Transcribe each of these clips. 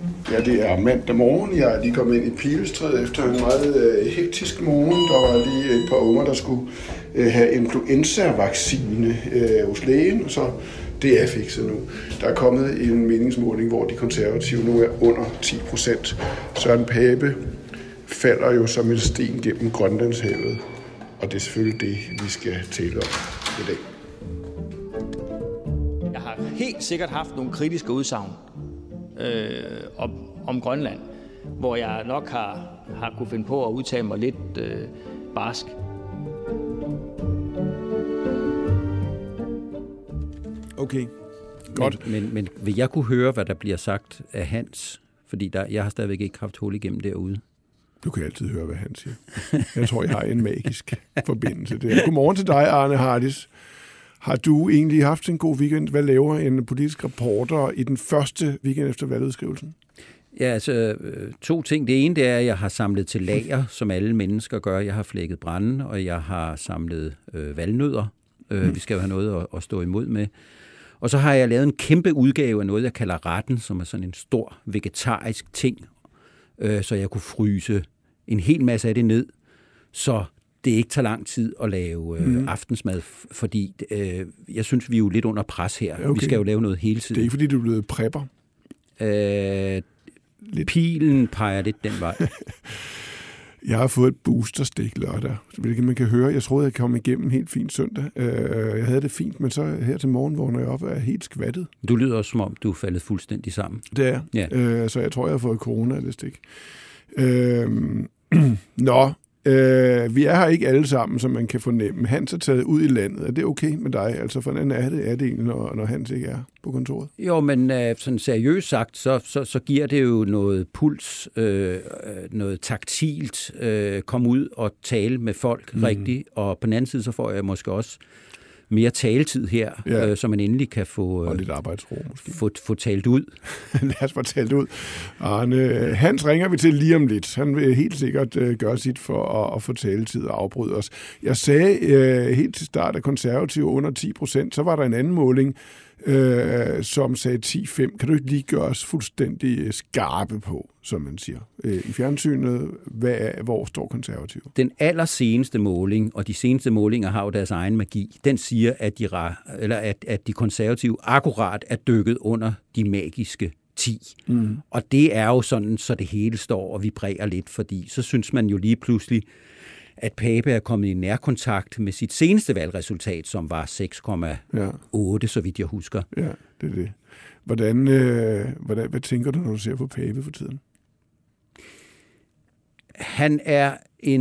Ja, det er mandag morgen. Jeg er lige kommet ind i Pilestræde efter en meget hektisk morgen. Der var lige et par unger, der skulle have influenza-vaccine hos lægen, så det er fikset nu. Der er kommet en meningsmåling, hvor de konservative nu er under 10%. Søren Pape falder jo som en sten gennem Grønlandshavet, og det er selvfølgelig det, vi skal tale om i dag. Jeg har helt sikkert haft nogle kritiske udsagn om Grønland, hvor jeg nok har kunne finde på at udtale mig lidt barsk. Okay, godt. Men vil jeg kunne høre, hvad der bliver sagt af Hans? Fordi jeg har stadigvæk ikke haft hul igennem derude. Du kan altid høre, hvad han siger. Jeg tror, jeg har en magisk forbindelse der. Godmorgen til dig, Arne Hardis. Har du egentlig haft en god weekend? Hvad laver en politisk reporter i den første weekend efter valgudskrivelsen? Ja, altså 2 ting. Det ene det er, at jeg har samlet til lager, som alle mennesker gør. Jeg har flækket brænde, og jeg har samlet valnødder. Vi skal jo have noget at stå imod med. Og så har jeg lavet en kæmpe udgave af noget, jeg kalder retten, som er sådan en stor vegetarisk ting, så jeg kunne fryse en hel masse af det ned, så det ikke tager lang tid at lave aftensmad, fordi jeg synes, vi er jo lidt under pres her. Okay. Vi skal jo lave noget hele tiden. Det er ikke, fordi du er blevet prepper? Pilen peger lidt den vej. Jeg har fået et boosterstik lørdag, hvilket man kan høre. Jeg troede, jeg kom igennem helt fint søndag. Jeg havde det fint, men så her til morgen vågner jeg op og er helt skvattet. Du lyder også, som om du er faldet fuldstændig sammen. Det er. Ja. Så jeg tror, jeg har fået corona af det stik. Vi er her ikke alle sammen, som man kan fornemme. Hans er taget ud i landet. Er det okay med dig? Altså, hvordan er det egentlig, når Hans ikke er på kontoret? Jo, men sådan seriøst sagt, så giver det jo noget puls, noget taktilt, komme ud og tale med folk rigtigt. Og på den anden side, så får jeg måske også mere taletid her, så man endelig kan få og lidt arbejdsro måske. Få talt ud. Lad os få talt ud. Arne, Hans ringer vi til lige om lidt. Han vil helt sikkert gøre sit for at få taletid og afbryde os. Jeg sagde helt til start, at konservative under 10%, så var der en anden måling, som sagde 10,5. Kan du ikke lige gøre os fuldstændig skarpe på, som man siger, i fjernsynet? Hvor står konservative? Den allerseneste måling, og de seneste målinger har jo deres egen magi, den siger, at de konservative akkurat er dykket under de magiske 10. Og det er jo sådan, så det hele står og vibrerer lidt, fordi så synes man jo lige pludselig, at Pape er kommet i nærkontakt med sit seneste valgresultat, som var 6,8, så vidt jeg husker. Ja, det er det. Hvad tænker du, når du ser på Pape for tiden? Han er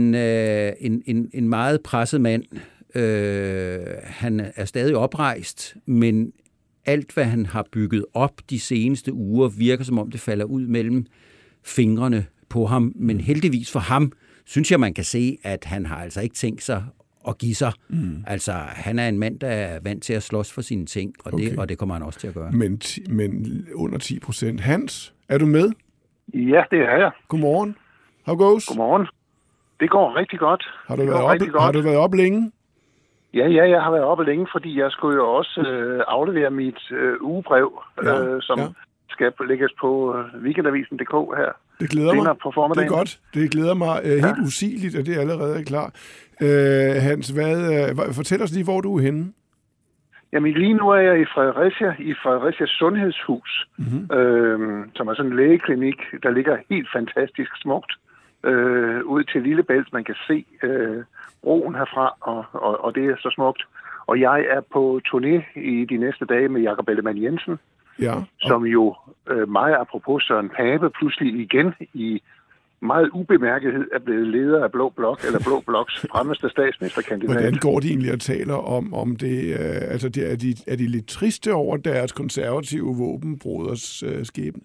en meget presset mand. Han er stadig oprejst, men alt, hvad han har bygget op de seneste uger, virker som om det falder ud mellem fingrene på ham. Men heldigvis for ham, synes jeg, man kan se, at han har altså ikke tænkt sig at give sig. Altså, han er en mand, der er vant til at slås for sine ting, og det kommer han også til at gøre. Men under 10%. Hans, er du med? Ja, det er jeg. Godmorgen. How goes? Godmorgen. Det går rigtig godt. Har du været op længe? Ja, jeg har været oppe længe, fordi jeg skulle jo også aflevere mit ugebrev, som skal lægges på weekendavisen.dk her. Det glæder mig. På formiddagen. Det er godt. Det glæder mig helt usigeligt, at det allerede er klar. Hans, fortæl os lige, hvor du er henne. Jamen lige nu er jeg i Fredericia Sundhedshus, som er sådan en lægeklinik, der ligger helt fantastisk smukt ud til Lillebælt. Man kan se broen herfra, og det er så smukt. Og jeg er på turné i de næste dage med Jakob Ellemann-Jensen, som jo meget apropos Søren Pape pludselig igen i meget ubemærkethed er blevet leder af Blå Blok, eller Blå Bloks fremmeste statsministerkandidat. Hvordan går de egentlig at tale om det? Er de lidt triste over deres konservative våbenbroders skæbne?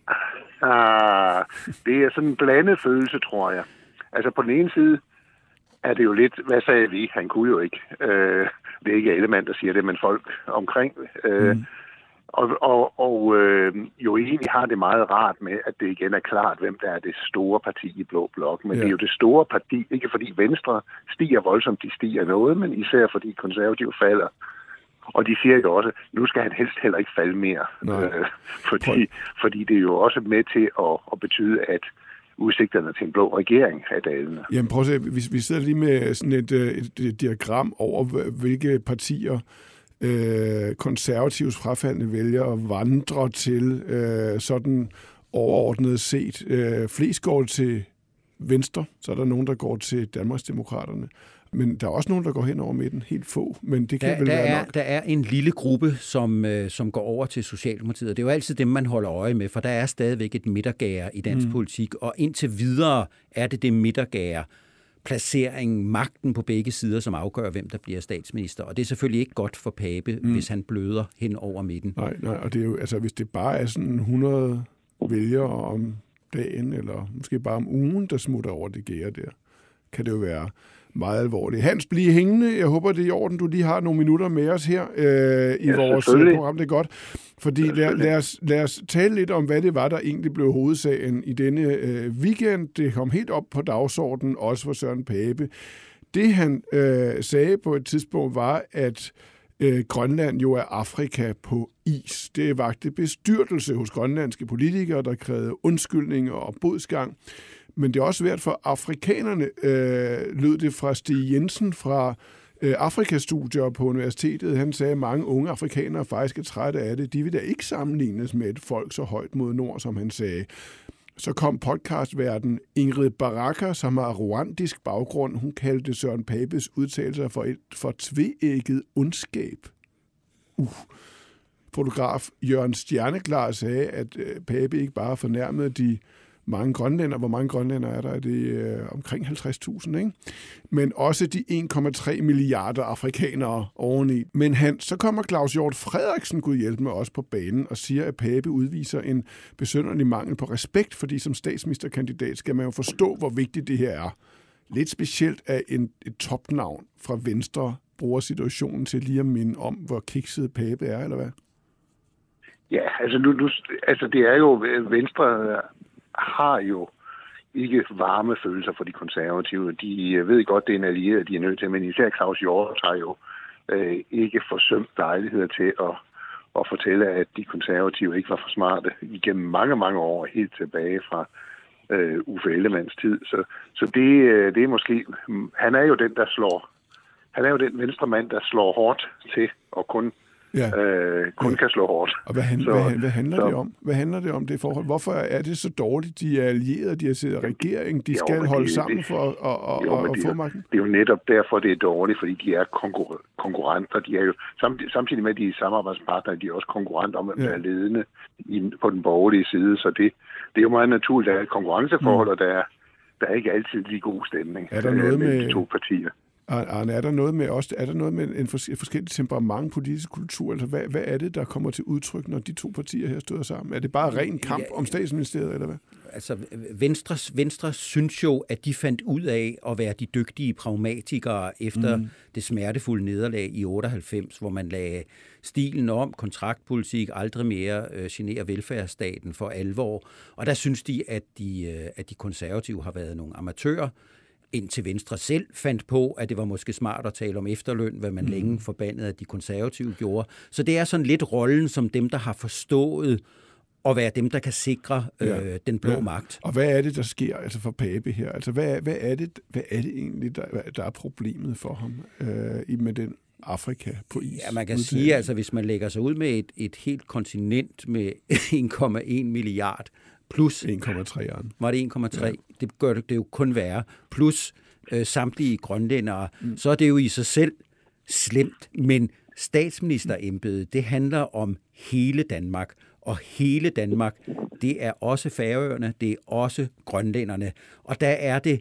Det er sådan en blandet følelse, tror jeg. Altså på den ene side er det jo lidt, hvad sagde vi? Han kunne jo ikke. Det er ikke alle mand, der siger det, men folk omkring. Og jo egentlig har det meget rart med, at det igen er klart, hvem der er det store parti i Blå Blok. Men det er jo det store parti, ikke fordi Venstre stiger voldsomt, de stiger noget, men især fordi konservative falder Og de siger jo også, at nu skal han helst heller ikke falde mere, fordi det er jo også med til at betyde, at udsigterne til en blå regering er dalende. Jamen prøv at se, vi sidder lige med sådan et diagram over, hvilke partier konservativs frafaldende vælgere vandrer til sådan overordnet set. Flest går til Venstre, så er der nogen, der går til Danmarksdemokraterne. Men der er også nogen, der går hen over midten, helt få, men det kan vel være nok. Der er en lille gruppe, som går over til Socialdemokratiet, og det er jo altid dem, man holder øje med, for der er stadigvæk et midtergære i dansk politik, og indtil videre er det midtergære, placeringen, magten på begge sider, som afgør, hvem der bliver statsminister. Og det er selvfølgelig ikke godt for Pape, hvis han bløder hen over midten. Nej, og det er jo, altså hvis det bare er sådan 100 vælgere om dagen, eller måske bare om ugen, der smutter over det gære der, kan det jo være meget alvorligt. Hans, bliv hængende. Jeg håber, det er i orden, du lige har nogle minutter med os her i vores program. Det er godt. Fordi lad os tale lidt om, hvad det var, der egentlig blev hovedsagen i denne weekend. Det kom helt op på dagsordenen, også for Søren Pape. Det han sagde på et tidspunkt var, at Grønland jo er Afrika på is. Det vagte bestyrtelse hos grønlandske politikere, der krævede undskyldninger og bodsgang. Men det er også svært for afrikanerne, lød det fra Stig Jensen fra Afrikastudier på universitetet. Han sagde, at mange unge afrikanere faktisk er trætte af det. De vil da ikke sammenlignes med et folk så højt mod nord, som han sagde. Så kom podcastverden Ingrid Baraka, som har rwandisk baggrund. Hun kaldte Søren Papes udtalelser for tveægget ondskab. Fotograf Jørgen Stjerneklar sagde, at Pape ikke bare fornærmede de mange grønlænder. Hvor mange grønlænder er der? Er det omkring 50.000, ikke? Men også de 1,3 milliarder afrikanere oveni. Men så kommer Claus Hjort Frederiksen, Gud hjælpe med os på banen, og siger, at Pape udviser en besynderlig mangel på respekt, fordi som statsministerkandidat skal man jo forstå, hvor vigtigt det her er. Lidt specielt, at et topnavn fra Venstre bruger situationen til lige at minde om, hvor kikset Pape er, eller hvad? Ja, altså det er jo Venstre har jo ikke varme følelser for de konservative. De ved godt, det er en allieret, de er nødt til, men især Claus Hjort har jo ikke forsømt lejligheder til at fortælle, at de konservative ikke var for smarte igennem mange, mange år, helt tilbage fra Uffe Ellemanns tid. Så det er måske... Han er jo den venstremand, der slår hårdt til og kun kan slå hårdt. Og hvad handler det om? Hvad handler det om det forhold? Hvorfor er det så dårligt? De er allierede, de er regeringen, de skal holde sammen for at få magten? Det er jo netop derfor, det er dårligt, fordi de er konkurrenter. De er jo samtidig med, at de er samarbejdspartnere, de er også konkurrenter om at være ledende på den borgerlige side. Så det er jo meget naturligt, at der er et konkurrenceforhold, og der er ikke altid lige god stemning mellem de to partier. Arne, er der noget med en forskellig temperament, politisk kultur? Altså, hvad er det, der kommer til udtryk, når de to partier her støder sammen? Er det bare ren kamp om statsministeriet, eller hvad? Altså, Venstre synes jo, at de fandt ud af at være de dygtige pragmatikere efter det smertefulde nederlag i 98, hvor man lagde stilen om, kontraktpolitik, aldrig mere genere velfærdsstaten for alvor. Og der synes de, at de konservative har været nogle amatører, indtil Venstre selv fandt på, at det var måske smart at tale om efterløn, hvad man længe forbandede, at de konservative gjorde. Så det er sådan lidt rollen som dem, der har forstået at være dem, der kan sikre den blå magt. Og hvad er det, der sker altså for Pape her? Altså, hvad er det egentlig, der er problemet for ham med den Afrika på is? Ja, man kan sige, altså hvis man lægger sig ud med et helt kontinent med 1,1 milliard, plus 1,3. Var det 1,3? Ja. Det gør det jo kun værre. Plus samtlige grønlændere. Så er det jo i sig selv slemt. Men statsministerembedet, det handler om hele Danmark. Og hele Danmark, det er også Færøerne, det er også grønlænderne. Og der er det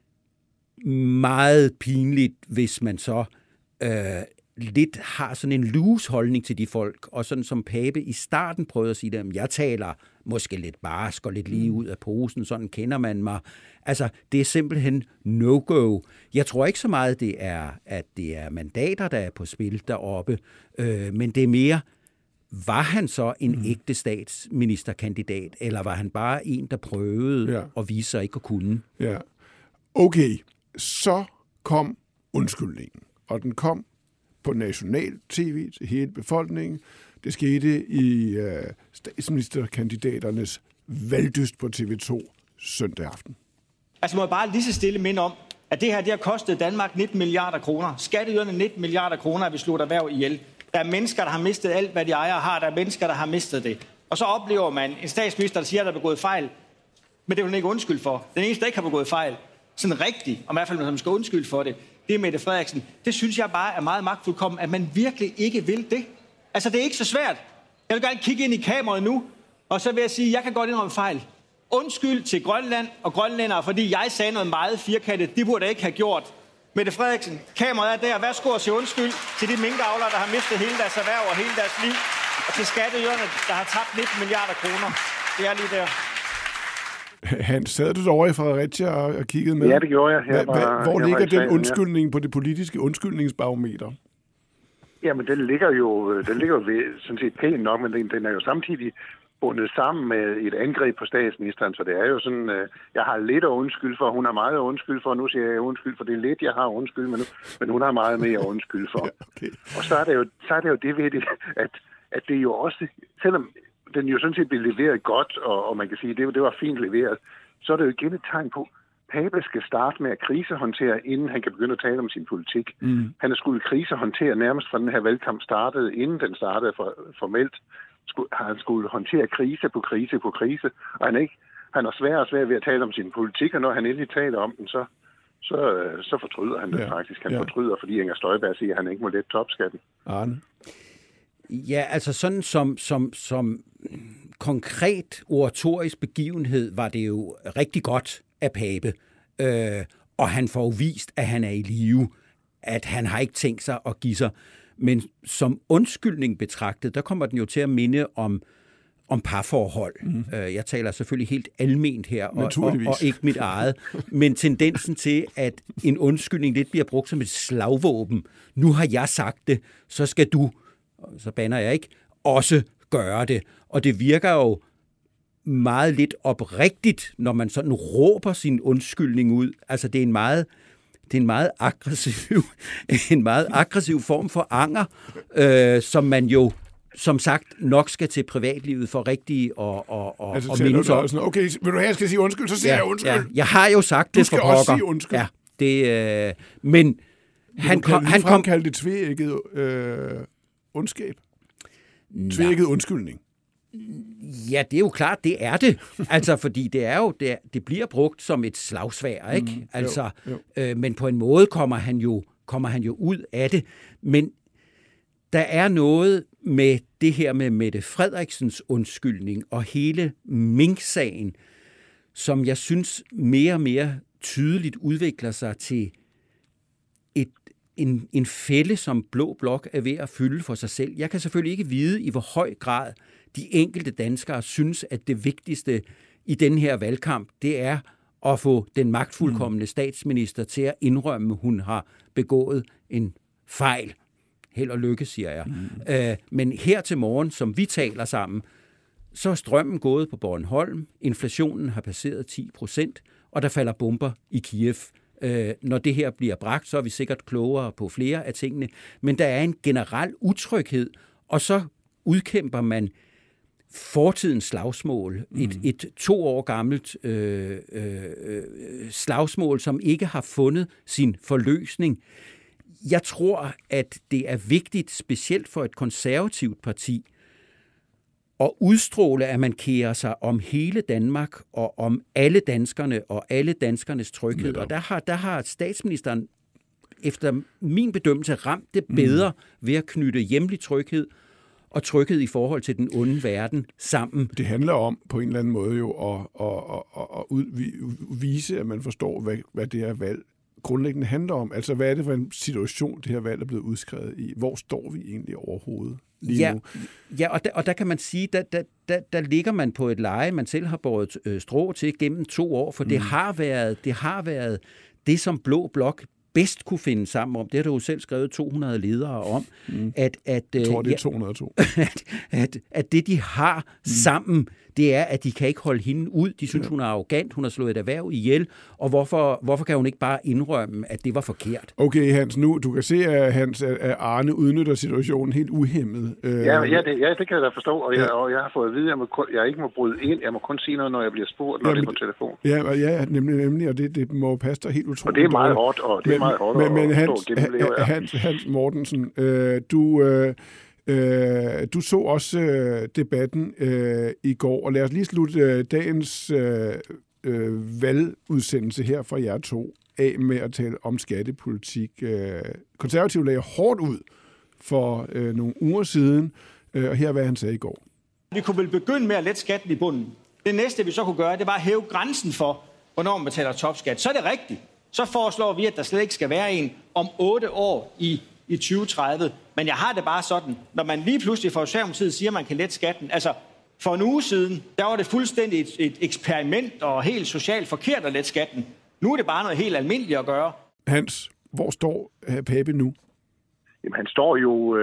meget pinligt, hvis man så lidt har sådan en loose holdning til de folk, og sådan som Pape i starten prøvede at sige dem, jeg taler måske lidt barsk og lidt lige ud af posen, sådan kender man mig. Altså, det er simpelthen no-go. Jeg tror ikke så meget, at det er mandater, der er på spil deroppe, men det er mere, var han så en ægte statsministerkandidat, eller var han bare en, der prøvede at vise sig ikke at kunne? Ja. Okay, så kom undskyldningen, og den kom på national tv til hele befolkningen. Det skete i statsministerkandidaternes valgdyst på TV2 søndag aften. Altså må jeg bare lige så stille minde om, at det her det har kostet Danmark 19 milliarder kroner. Skatteyderne 19 milliarder kroner, at vi slog erhverv ihjel. Der er mennesker, der har mistet alt, hvad de ejer har. Der er mennesker, der har mistet det. Og så oplever man en statsminister, der siger, at der er begået fejl. Men det er hun ikke undskyld for. Den eneste, der ikke har begået fejl, sådan rigtigt, og i hvert fald, man skal undskylde for det, det er Mette Frederiksen. Det synes jeg bare er meget magtfuldkommen, at man virkelig ikke vil det. Altså, det er ikke så svært. Jeg vil gerne kigge ind i kameraet nu, og så vil jeg sige, at jeg kan godt indrømme fejl. Undskyld til Grønland og grønlændere, fordi jeg sagde noget meget firkantet. Det burde jeg ikke have gjort. Mette Frederiksen, kameraet er der. Værsgo og sige undskyld til de minkavlere, der har mistet hele deres erhverv og hele deres liv. Og til skatteyderne, der har tabt 19 milliarder kroner. Det er lige der. Hans, sad du derovre i Fredericia og kiggede med? Ja, det gjorde jeg. Hvor ligger den undskyldning på det politiske undskyldningsbarometer? Jamen, den ligger jo ved, sådan set pænt nok, men den er jo samtidig bundet sammen med et angreb på statsministeren, så det er jo sådan, jeg har lidt at undskylde for, hun har meget at undskylde for, nu siger jeg undskyld for, det er lidt, jeg har undskyld, men hun har meget mere at undskylde for. Okay. Og så er det jo det ved det, at det jo også, selvom den jo sådan set blev leveret godt, og man kan sige, det var fint leveret, så er det jo igen et tegn på, Pape skal starte med at krisehåndtere, inden han kan begynde at tale om sin politik. Han har skulle krisehåndtere nærmest fra den her valgkamp startede, inden den startede formelt. Han skulle håndtere krise på krise på krise, og han er svær og svær ved at tale om sin politik, og når han endelig taler om den, så fortryder han det faktisk. Han fortryder, fordi Inger Støjberg siger, at han ikke må lette topskatten. Arne? Ja, altså sådan som konkret oratorisk begivenhed var det jo rigtig godt af Pape, og han får vist, at han er i live, at han har ikke tænkt sig at give sig. Men som undskyldning betragtet, der kommer den jo til at minde om parforhold. Jeg taler selvfølgelig helt alment her, og ikke mit eget. Men tendensen til, at en undskyldning lidt bliver brugt som et slagvåben. Nu har jeg sagt det, så skal du, så bander jeg ikke, også gøre det. Og det virker jo meget lidt oprigtigt, når man sådan råber sin undskyldning ud. Altså det er en meget aggressiv form for anger, som man jo som sagt nok skal til privatlivet for rigtigt og mindes om. Okay, vil du have, jeg skal sige undskyld, så siger jeg undskyld. Ja. Jeg har jo sagt det for pokker. Du skal også sige undskyld. Ja, men han kom kalde det tveægget ondskab. Tveægget undskyldning. Ja, det er jo klart, det er det. Altså, fordi det bliver brugt som et slagsværd, ikke? Altså, men på en måde kommer han jo ud af det. Men der er noget med det her med Mette Frederiksens undskyldning og hele Mink-sagen, som jeg synes mere og mere tydeligt udvikler sig til en fælde, som Blå Blok er ved at fylde for sig selv. Jeg kan selvfølgelig ikke vide, i hvor høj grad de enkelte danskere synes, at det vigtigste i den her valgkamp, det er at få den magtfuldkomne statsminister til at indrømme, at hun har begået en fejl. Held og lykke, siger jeg. Men her til morgen, som vi taler sammen, så er strømmen gået på Bornholm, inflationen har passeret 10%, og der falder bomber i Kiev. Når det her bliver bragt, så er vi sikkert klogere på flere af tingene, men der er en generel utryghed, og så udkæmper man fortidens slagsmål, et 2 år gammelt slagsmål, som ikke har fundet sin forløsning. Jeg tror, at det er vigtigt, specielt for et konservativt parti, at udstråle, at man kærer sig om hele Danmark og om alle danskerne og alle danskernes tryghed. Og der har statsministeren efter min bedømmelse ramt det bedre ved at knytte hjemlig tryghed og tryghed i forhold til den onde verden sammen. Det handler om på en eller anden måde jo at vise, at man forstår, hvad det her valg grundlæggende handler om. Altså, hvad er det for en situation, det her valg er blevet udskrevet i? Hvor står vi egentlig overhovedet lige nu? Ja, og der kan man sige, der ligger man på et leje, man selv har båret strå til gennem 2 år, for det har været det, som Blå Blok bedst kunne finde sammen om. Det har du jo selv skrevet 200 ledere om. Jeg tror, det er 202. at det, de har sammen, det er, at de kan ikke holde hende ud. De synes, hun er arrogant, hun har slået et erhverv ihjel, og hvorfor kan hun ikke bare indrømme, at det var forkert? Okay, Hans, nu du kan se, at Arne udnytter situationen helt uhæmmet. Det kan jeg da forstå, og jeg har fået at vide, at jeg ikke må bryde ind. Jeg må kun sige noget, når jeg bliver spurgt, når det er på telefon. Ja, nemlig, og det må passe dig helt utroligt. Og det er meget hårdt, og det er meget hårdt. Men Hans Mortensen, du så også debatten i går, og lad os lige slutte dagens valgudsendelse her fra jer to af med at tale om skattepolitik. Konservative lagde hårdt ud for nogle uger siden, og her hvad han sagde i går. Vi kunne vel begynde med at lette skatten i bunden. Det næste, vi så kunne gøre, det var at hæve grænsen for, hvornår man betaler topskat. Så er det rigtigt. Så foreslår vi, at der slet ikke skal være en om 8 år i 2030. Men jeg har det bare sådan, når man lige pludselig fra Socialdemokratiet siger, at man kan lette skatten. Altså, for en uge siden, der var det fuldstændig et eksperiment og helt socialt forkert at lette skatten. Nu er det bare noget helt almindeligt at gøre. Hans, hvor står Pape nu? Jamen, han står jo...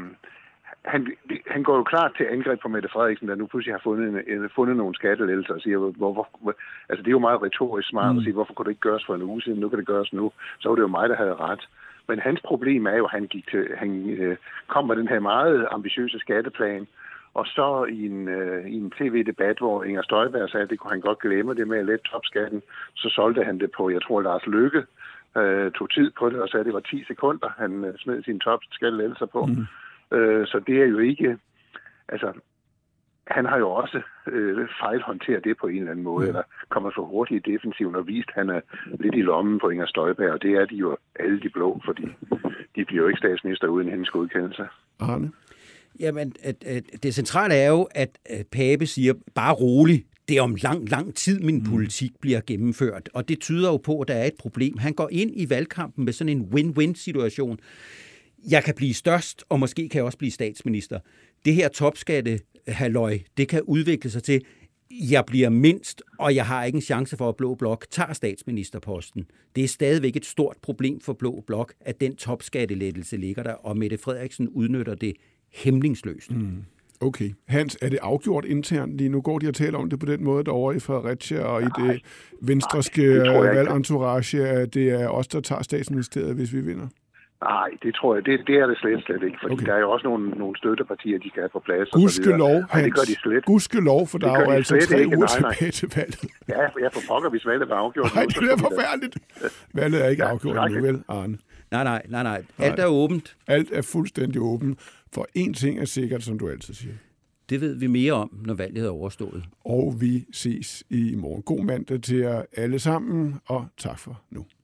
Han går jo klart til angreb på Mette Frederiksen, der nu pludselig har fundet nogle skattelettelser og siger, altså det er jo meget retorisk smart at sige, hvorfor kunne det ikke gøres for en uge siden, nu kan det gøres nu. Så var det jo mig, der havde ret. Men hans problem er jo, at han kom med den her meget ambitiøse skatteplan, og så i en tv-debat, hvor Inger Støjberg sagde, at det kunne han godt glemme det med at lette topskatten, så solgte han det på, jeg tror, Lars Løkke tog tid på det, og sagde, at det var 10 sekunder, han smed sine topskattelettelser på. Så det er jo ikke... Altså, han har jo også fejlhåndteret det på en eller anden måde, eller kommet for hurtigt i defensiven og vist, at han er lidt i lommen på Inger Støjberg, og det er de jo alle de blå, fordi de bliver jo ikke statsminister uden hendes godkendelse. Arne? Jamen, det centrale er jo, at Pape siger, bare rolig, det er om lang tid, min politik bliver gennemført, og det tyder jo på, at der er et problem. Han går ind i valgkampen med sådan en win-win-situation. Jeg kan blive størst, og måske kan jeg også blive statsminister. Det her topskattehalløj, det kan udvikle sig til, jeg bliver mindst, og jeg har ikke en chance for, at Blå Blok tager statsministerposten. Det er stadigvæk et stort problem for Blå Blok, at den topskattelettelse ligger der, og Mette Frederiksen udnytter det hæmningsløst. Okay. Hans, er det afgjort internt lige nu? Går de og taler om det på den måde derovre i Fredericia og i det venstreske valgentourage, at det er os, der tager statsministeriet, hvis vi vinder? Nej, det tror jeg, det er det slet ikke, fordi der er jo også nogle støttepartier, de skal have på plads. Gudskelov, Hans. Det gør de slet. Gudskelov, for der er jo altså 3 uger tilbage til valget. Ja, for pokker, hvis valget var afgjort. Nej, det er forfærdeligt. Valget er ikke afgjort nu, vel, Arne? Nej. Alt er åbent. Alt er fuldstændig åbent, for én ting er sikkert, som du altid siger. Det ved vi mere om, når valget er overstået. Og vi ses i morgen. God mandag til jer alle sammen, og tak for nu.